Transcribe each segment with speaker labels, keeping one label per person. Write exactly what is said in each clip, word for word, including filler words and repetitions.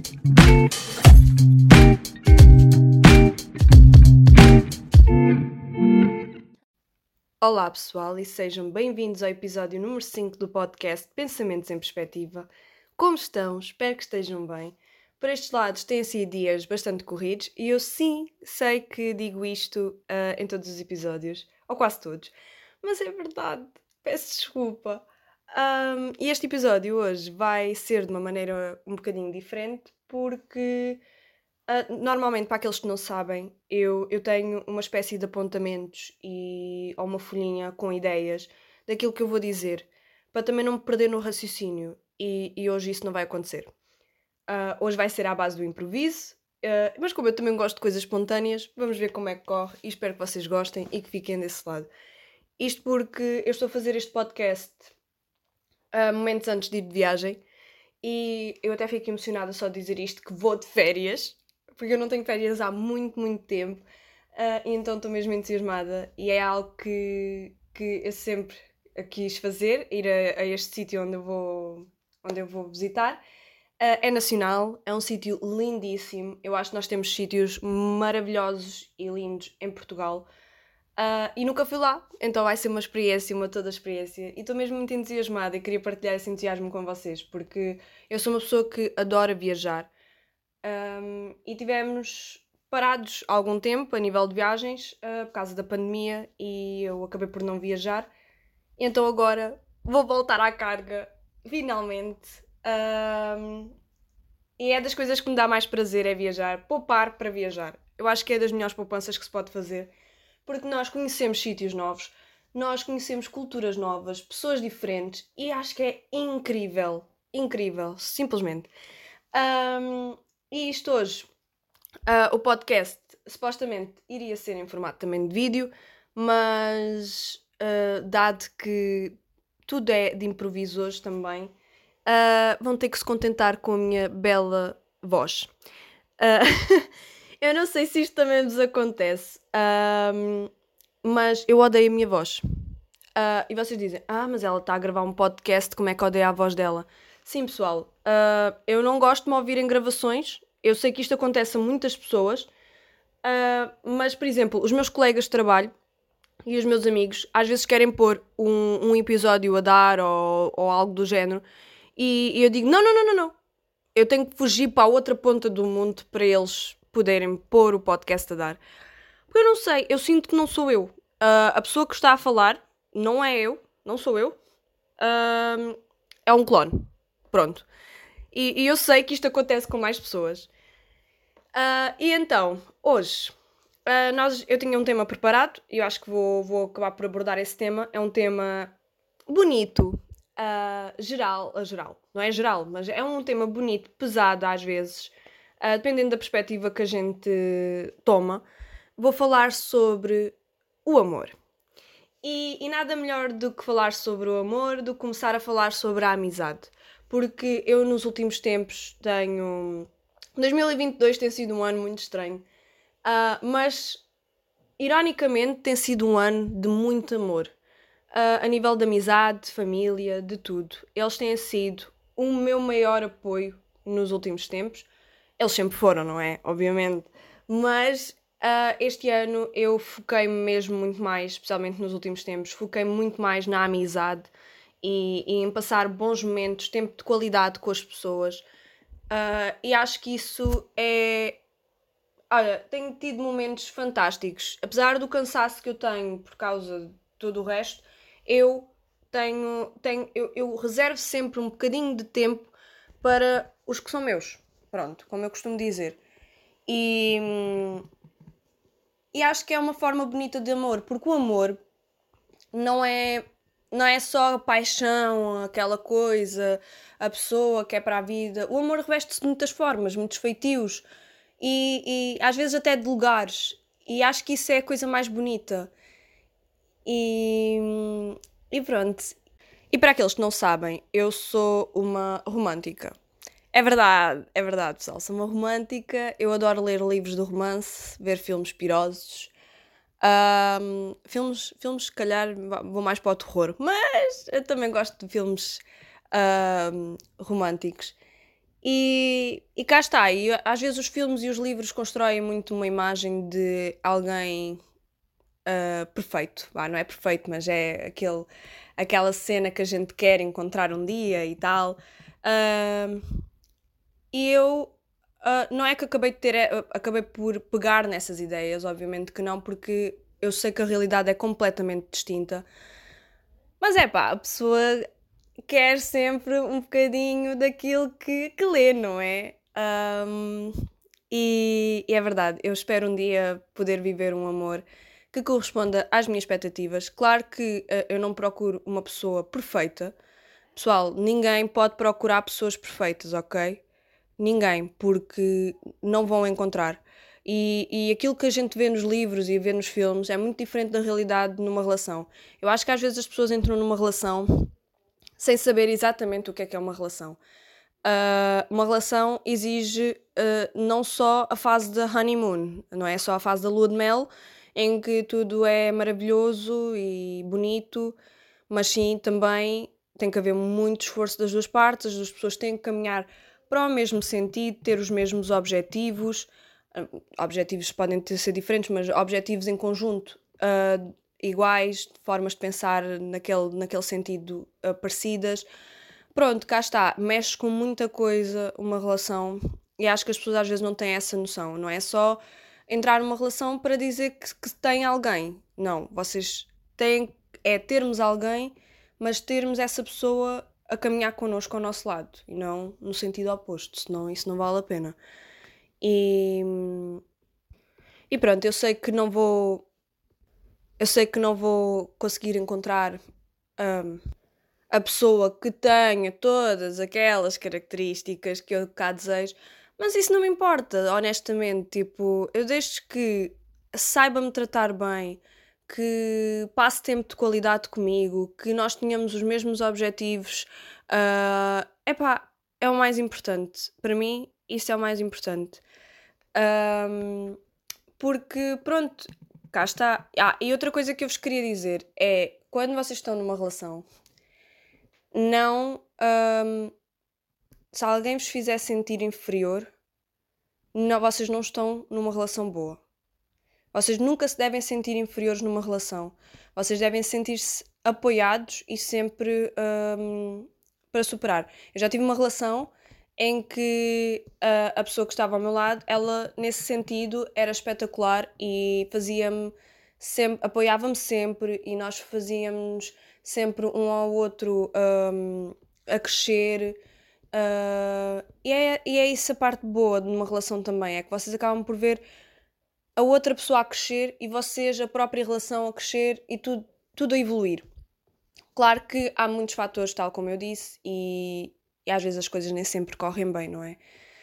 Speaker 1: Olá pessoal e sejam bem-vindos ao episódio número cinco do podcast Pensamentos em Perspectiva. Como estão? Espero que estejam bem. Por estes lados têm sido dias bastante corridos e eu sim sei que digo isto uh, em todos os episódios, ou quase todos, mas é verdade, peço desculpa. Um, e este episódio hoje vai ser de uma maneira um bocadinho diferente porque uh, normalmente, para aqueles que não sabem, eu, eu tenho uma espécie de apontamentos e, ou uma folhinha com ideias daquilo que eu vou dizer, para também não me perder no raciocínio, e, e hoje isso não vai acontecer. Uh, hoje vai ser à base do improviso, uh, mas como eu também gosto de coisas espontâneas, vamos ver como é que corre e espero que vocês gostem e que fiquem desse lado. Isto porque eu estou a fazer este podcast uh, momentos antes de ir de viagem e eu até fico emocionada só de dizer isto, que vou de férias, porque eu não tenho férias há muito, muito tempo, uh, e então estou mesmo entusiasmada e é algo que, que eu sempre quis fazer, ir a, a este sítio onde eu vou, onde eu vou visitar. Uh, é nacional, é um sítio lindíssimo, eu acho que nós temos sítios maravilhosos e lindos em Portugal. Uh, e nunca fui lá, então vai ser uma experiência, uma toda experiência. E estou mesmo muito entusiasmada e queria partilhar esse entusiasmo com vocês, porque eu sou uma pessoa que adora viajar. Um, e tivemos parados há algum tempo a nível de viagens, uh, por causa da pandemia, e eu acabei por não viajar. Então agora vou voltar à carga, finalmente. Um, e é das coisas que me dá mais prazer, é viajar, poupar para viajar. Eu acho que é das melhores poupanças que se pode fazer. Porque nós conhecemos sítios novos, nós conhecemos culturas novas, pessoas diferentes e acho que é incrível, incrível, simplesmente. Um, e isto hoje, uh, o podcast supostamente iria ser em formato também de vídeo, mas uh, dado que tudo é de improviso hoje também, uh, vão ter que se contentar com a minha bela voz. Uh, eu não sei se isto também vos acontece, um, mas eu odeio a minha voz. Uh, e vocês dizem, ah, mas ela está a gravar um podcast, como é que odeia a voz dela? Sim, pessoal, uh, eu não gosto de me ouvir em gravações, eu sei que isto acontece a muitas pessoas, uh, mas, por exemplo, os meus colegas de trabalho e os meus amigos às vezes querem pôr um, um episódio a dar ou, ou algo do género, e, e eu digo, não, não, não, não, não. Eu tenho que fugir para a outra ponta do mundo para eles poderem pôr o podcast a dar. Porque eu não sei, eu sinto que não sou eu. Uh, a pessoa que está a falar não é eu, não sou eu. Uh, é um clone. Pronto. E, e eu sei que isto acontece com mais pessoas. Uh, e então, hoje, uh, nós, eu tinha um tema preparado e eu acho que vou, vou acabar por abordar esse tema. É um tema bonito, uh, geral, uh, geral, não é geral, mas é um tema bonito, pesado às vezes, uh, dependendo da perspectiva que a gente toma. Vou falar sobre o amor. E, e nada melhor do que falar sobre o amor do que começar a falar sobre a amizade. Porque eu nos últimos tempos tenho... dois mil e vinte e dois tem sido um ano muito estranho, uh, mas ironicamente tem sido um ano de muito amor. Uh, a nível de amizade, de família, de tudo. Eles têm sido o meu maior apoio nos últimos tempos. Eles sempre foram, não é? Obviamente. Mas uh, este ano eu foquei-me mesmo muito mais, especialmente nos últimos tempos, foquei-me muito mais na amizade e, e em passar bons momentos, tempo de qualidade com as pessoas. Uh, e acho que isso é... Olha, tenho tido momentos fantásticos. Apesar do cansaço que eu tenho por causa de todo o resto, eu tenho, tenho eu, eu reservo sempre um bocadinho de tempo para os que são meus. Pronto, como eu costumo dizer. E, e acho que é uma forma bonita de amor, porque o amor não é, não é só a paixão, aquela coisa, a pessoa que é para a vida. O amor reveste-se de muitas formas, muitos feitios e, e às vezes até de lugares. E acho que isso é a coisa mais bonita. E, e pronto. E para aqueles que não sabem, eu sou uma romântica. É verdade, é verdade, pessoal. Sou uma romântica. Eu adoro ler livros de romance, ver filmes pirosos. Um, filmes, filmes, se calhar, vou mais para o terror. Mas eu também gosto de filmes um, românticos. E, e cá está, e às vezes os filmes e os livros constroem muito uma imagem de alguém ah, perfeito. Vá, não é perfeito, mas é aquele, aquela cena que a gente quer encontrar um dia e tal. Ah, e eu ah, não é que acabei de ter, eh, acabei por pegar nessas ideias, obviamente que não, porque eu sei que a realidade é completamente distinta. Mas é pá, a pessoa quer sempre um bocadinho daquilo que, que lê, não é? Ahm, e, e é verdade, eu espero um dia poder viver um amor que corresponda às minhas expectativas. Claro que eh, eu não procuro uma pessoa perfeita. Pessoal, ninguém pode procurar pessoas perfeitas, ok? Ninguém, porque não vão encontrar. E, e aquilo que a gente vê nos livros e vê nos filmes é muito diferente da realidade numa relação. Eu acho que às vezes as pessoas entram numa relação sem saber exatamente o que é que é uma relação. Ah, uma relação exige ah, não só a fase da honeymoon, não é só a fase da lua de mel, em que tudo é maravilhoso e bonito, mas sim também tem que haver muito esforço das duas partes, as duas pessoas têm que caminhar para o mesmo sentido, ter os mesmos objetivos. Ah, objetivos podem ter, ser diferentes, mas objetivos em conjunto, ah, iguais, formas de pensar naquele, naquele sentido ah, parecidas. Pronto, cá está, mexe com muita coisa uma relação e acho que as pessoas às vezes não têm essa noção. Não é só entrar numa relação para dizer que, que tem alguém. Não, vocês têm é termos alguém, mas termos essa pessoa a caminhar connosco ao nosso lado e não no sentido oposto, senão isso não vale a pena. E, e pronto, eu sei que não vou, eu sei que não vou conseguir encontrar hum, a pessoa que tenha todas aquelas características que eu cá desejo, mas isso não me importa, honestamente. Tipo, eu deixo que saiba-me tratar bem, que passe tempo de qualidade comigo, que nós tenhamos os mesmos objetivos. É epá, é o mais importante. Para mim, isso é o mais importante. Ahm, porque, pronto, cá está. Ah, e outra coisa que eu vos queria dizer é: quando vocês estão numa relação, não. Ahm, se alguém vos fizer sentir inferior, não, vocês não estão numa relação boa. Vocês nunca se devem sentir inferiores numa relação. Vocês devem sentir-se apoiados e sempre ahm, para superar. Eu já tive uma relação em que ah, a pessoa que estava ao meu lado, ela nesse sentido era espetacular e fazia-me sempre, apoiava-me sempre e nós fazíamos sempre um ao outro ahm, a crescer. Ah, e, é, e é isso a parte boa de uma relação também, é que vocês acabam por ver a outra pessoa a crescer e vocês, a própria relação a crescer e tudo, tudo a evoluir. Claro que há muitos fatores, tal como eu disse, e, e às vezes as coisas nem sempre correm bem, não é?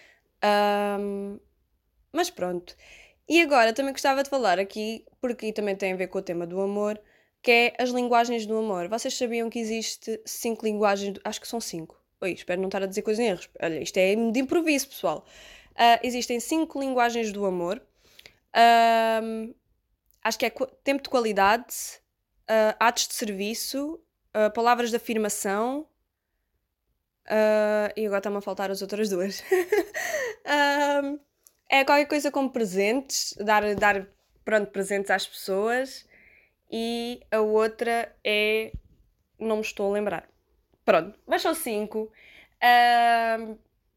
Speaker 1: Ahm, mas pronto. E agora também gostava de falar aqui, porque também tem a ver com o tema do amor, que é as linguagens do amor. Vocês sabiam que existe cinco linguagens, do- acho que são cinco. Oi, espero não estar a dizer coisas em erros. Olha, isto é de improviso, pessoal. Ah, existem cinco linguagens do amor. Ahm, acho que é qua- tempo de qualidade, ah, atos de serviço, ah, palavras de afirmação, ah, e agora está-me a faltar as outras duas. Ahm, é qualquer coisa como presentes, dar, dar pronto, presentes às pessoas, e a outra é. Não me estou a lembrar. Pronto, mas são cinco. Ahm,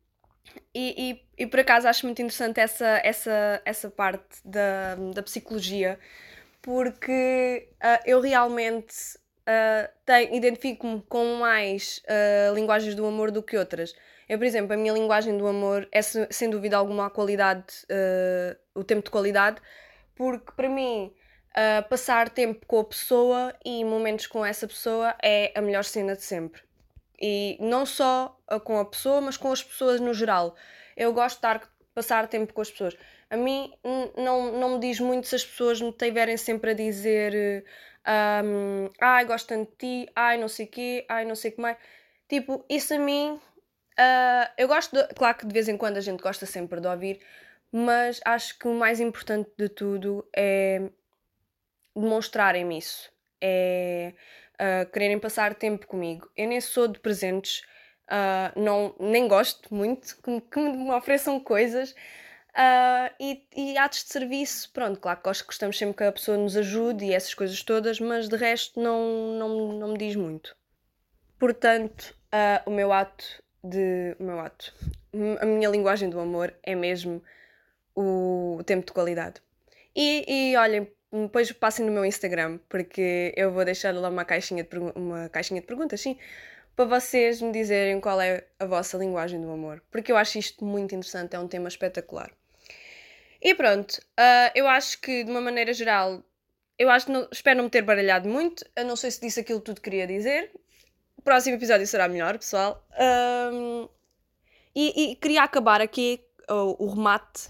Speaker 1: e, e, e por acaso acho muito interessante essa, essa, essa parte da, da psicologia, porque ah, eu realmente ah, tenho- identifico-me com mais ah, linguagens do amor do que outras. Eu, por exemplo, a minha linguagem do amor é se- sem dúvida alguma a qualidade, ah, o tempo de qualidade, porque para mim ah, passar tempo com a pessoa e momentos com essa pessoa é a melhor cena de sempre. E não só ah, com a pessoa, mas com as pessoas no geral. Eu gosto de dar, passar tempo com as pessoas. A mim n- não, não me diz muito se as pessoas me tiverem sempre a dizer ahm, ai, gosto tanto de ti, ai, não sei o quê, ai, não sei o que mais. Tipo, isso a mim, ah, eu gosto, de, claro que de vez em quando a gente gosta sempre de ouvir, mas acho que o mais importante de tudo é demonstrarem-me isso. É ah, quererem passar tempo comigo. Eu nem sou de presentes, uh, não, nem gosto muito que me, que me ofereçam coisas. Uh, e, e atos de serviço, pronto, claro que gostamos sempre que a pessoa nos ajude e essas coisas todas, mas de resto não, não, não me diz muito. Portanto, uh, o meu ato de... o meu ato... a minha linguagem do amor é mesmo o, o tempo de qualidade. E, e olhem, depois passem no meu Instagram, porque eu vou deixar lá uma caixinha de, pergu- uma caixinha de perguntas, sim, para vocês me dizerem qual é a vossa linguagem do amor, porque eu acho isto muito interessante, é um tema espetacular. E pronto, uh, eu acho que de uma maneira geral, eu acho que não, espero não me ter baralhado muito, eu não sei se disse aquilo que tudo queria dizer. O próximo episódio será melhor, pessoal. Um, e, e queria acabar aqui o, o remate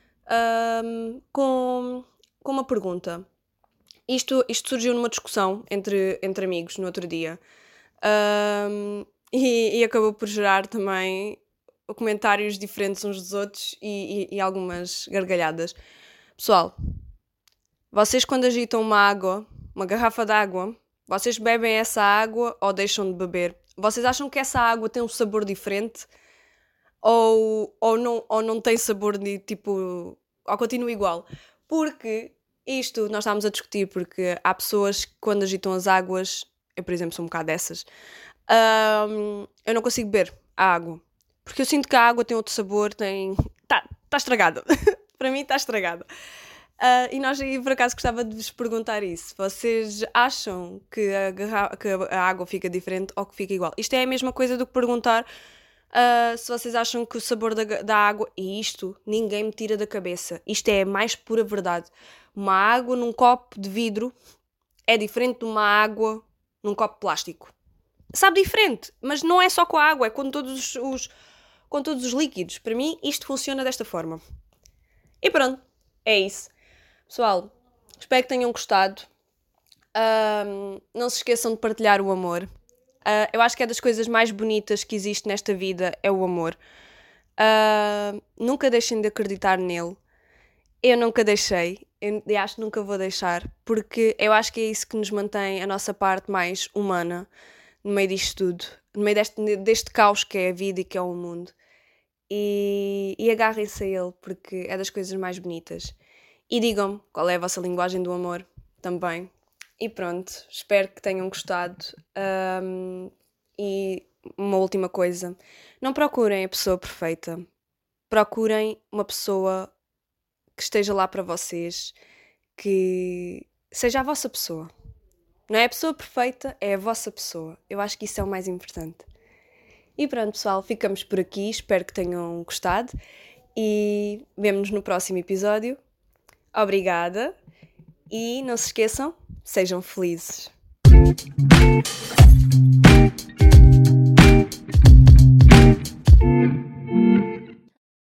Speaker 1: um, com, com uma pergunta. Isto, isto surgiu numa discussão entre, entre amigos no outro dia um, e, e acabou por gerar também comentários diferentes uns dos outros e, e, e algumas gargalhadas. Pessoal, vocês quando agitam uma água, uma garrafa de água, vocês bebem essa água ou deixam de beber? Vocês acham que essa água tem um sabor diferente? Ou, ou, não, ou não tem sabor de tipo... ou continua igual? Porque isto nós estávamos a discutir porque há pessoas que quando agitam as águas, eu por exemplo sou um bocado dessas, hum, eu não consigo beber a água. Porque eu sinto que a água tem outro sabor, tem... Está tá estragada. Para mim está estragada. Uh, e nós, e por acaso, gostava de vos perguntar isso. Vocês acham que a, garra- que a água fica diferente ou que fica igual? Isto é a mesma coisa do que perguntar uh, se vocês acham que o sabor da, ga- da água... E isto ninguém me tira da cabeça. Isto é a mais pura verdade. Uma água num copo de vidro é diferente de uma água num copo de plástico. Sabe diferente, mas não é só com a água, é com todos os, os, com todos os líquidos. Para mim, isto funciona desta forma. E pronto, é isso. Pessoal, espero que tenham gostado. Um, não se esqueçam de partilhar o amor. Uh, eu acho que é das coisas mais bonitas que existe nesta vida, é o amor. Uh, nunca deixem de acreditar nele. Eu nunca deixei, eu acho que nunca vou deixar, porque eu acho que é isso que nos mantém a nossa parte mais humana no meio disto tudo, no meio deste, deste caos que é a vida e que é o mundo. E, e agarrem-se a ele, porque é das coisas mais bonitas. E digam-me qual é a vossa linguagem do amor também. E pronto, espero que tenham gostado. Um, e uma última coisa, não procurem a pessoa perfeita. Procurem uma pessoa que esteja lá para vocês, que seja a vossa pessoa. Não é a pessoa perfeita, é a vossa pessoa. Eu acho que isso é o mais importante. E pronto, pessoal, ficamos por aqui. Espero que tenham gostado e vemo-nos no próximo episódio. Obrigada e não se esqueçam, sejam felizes.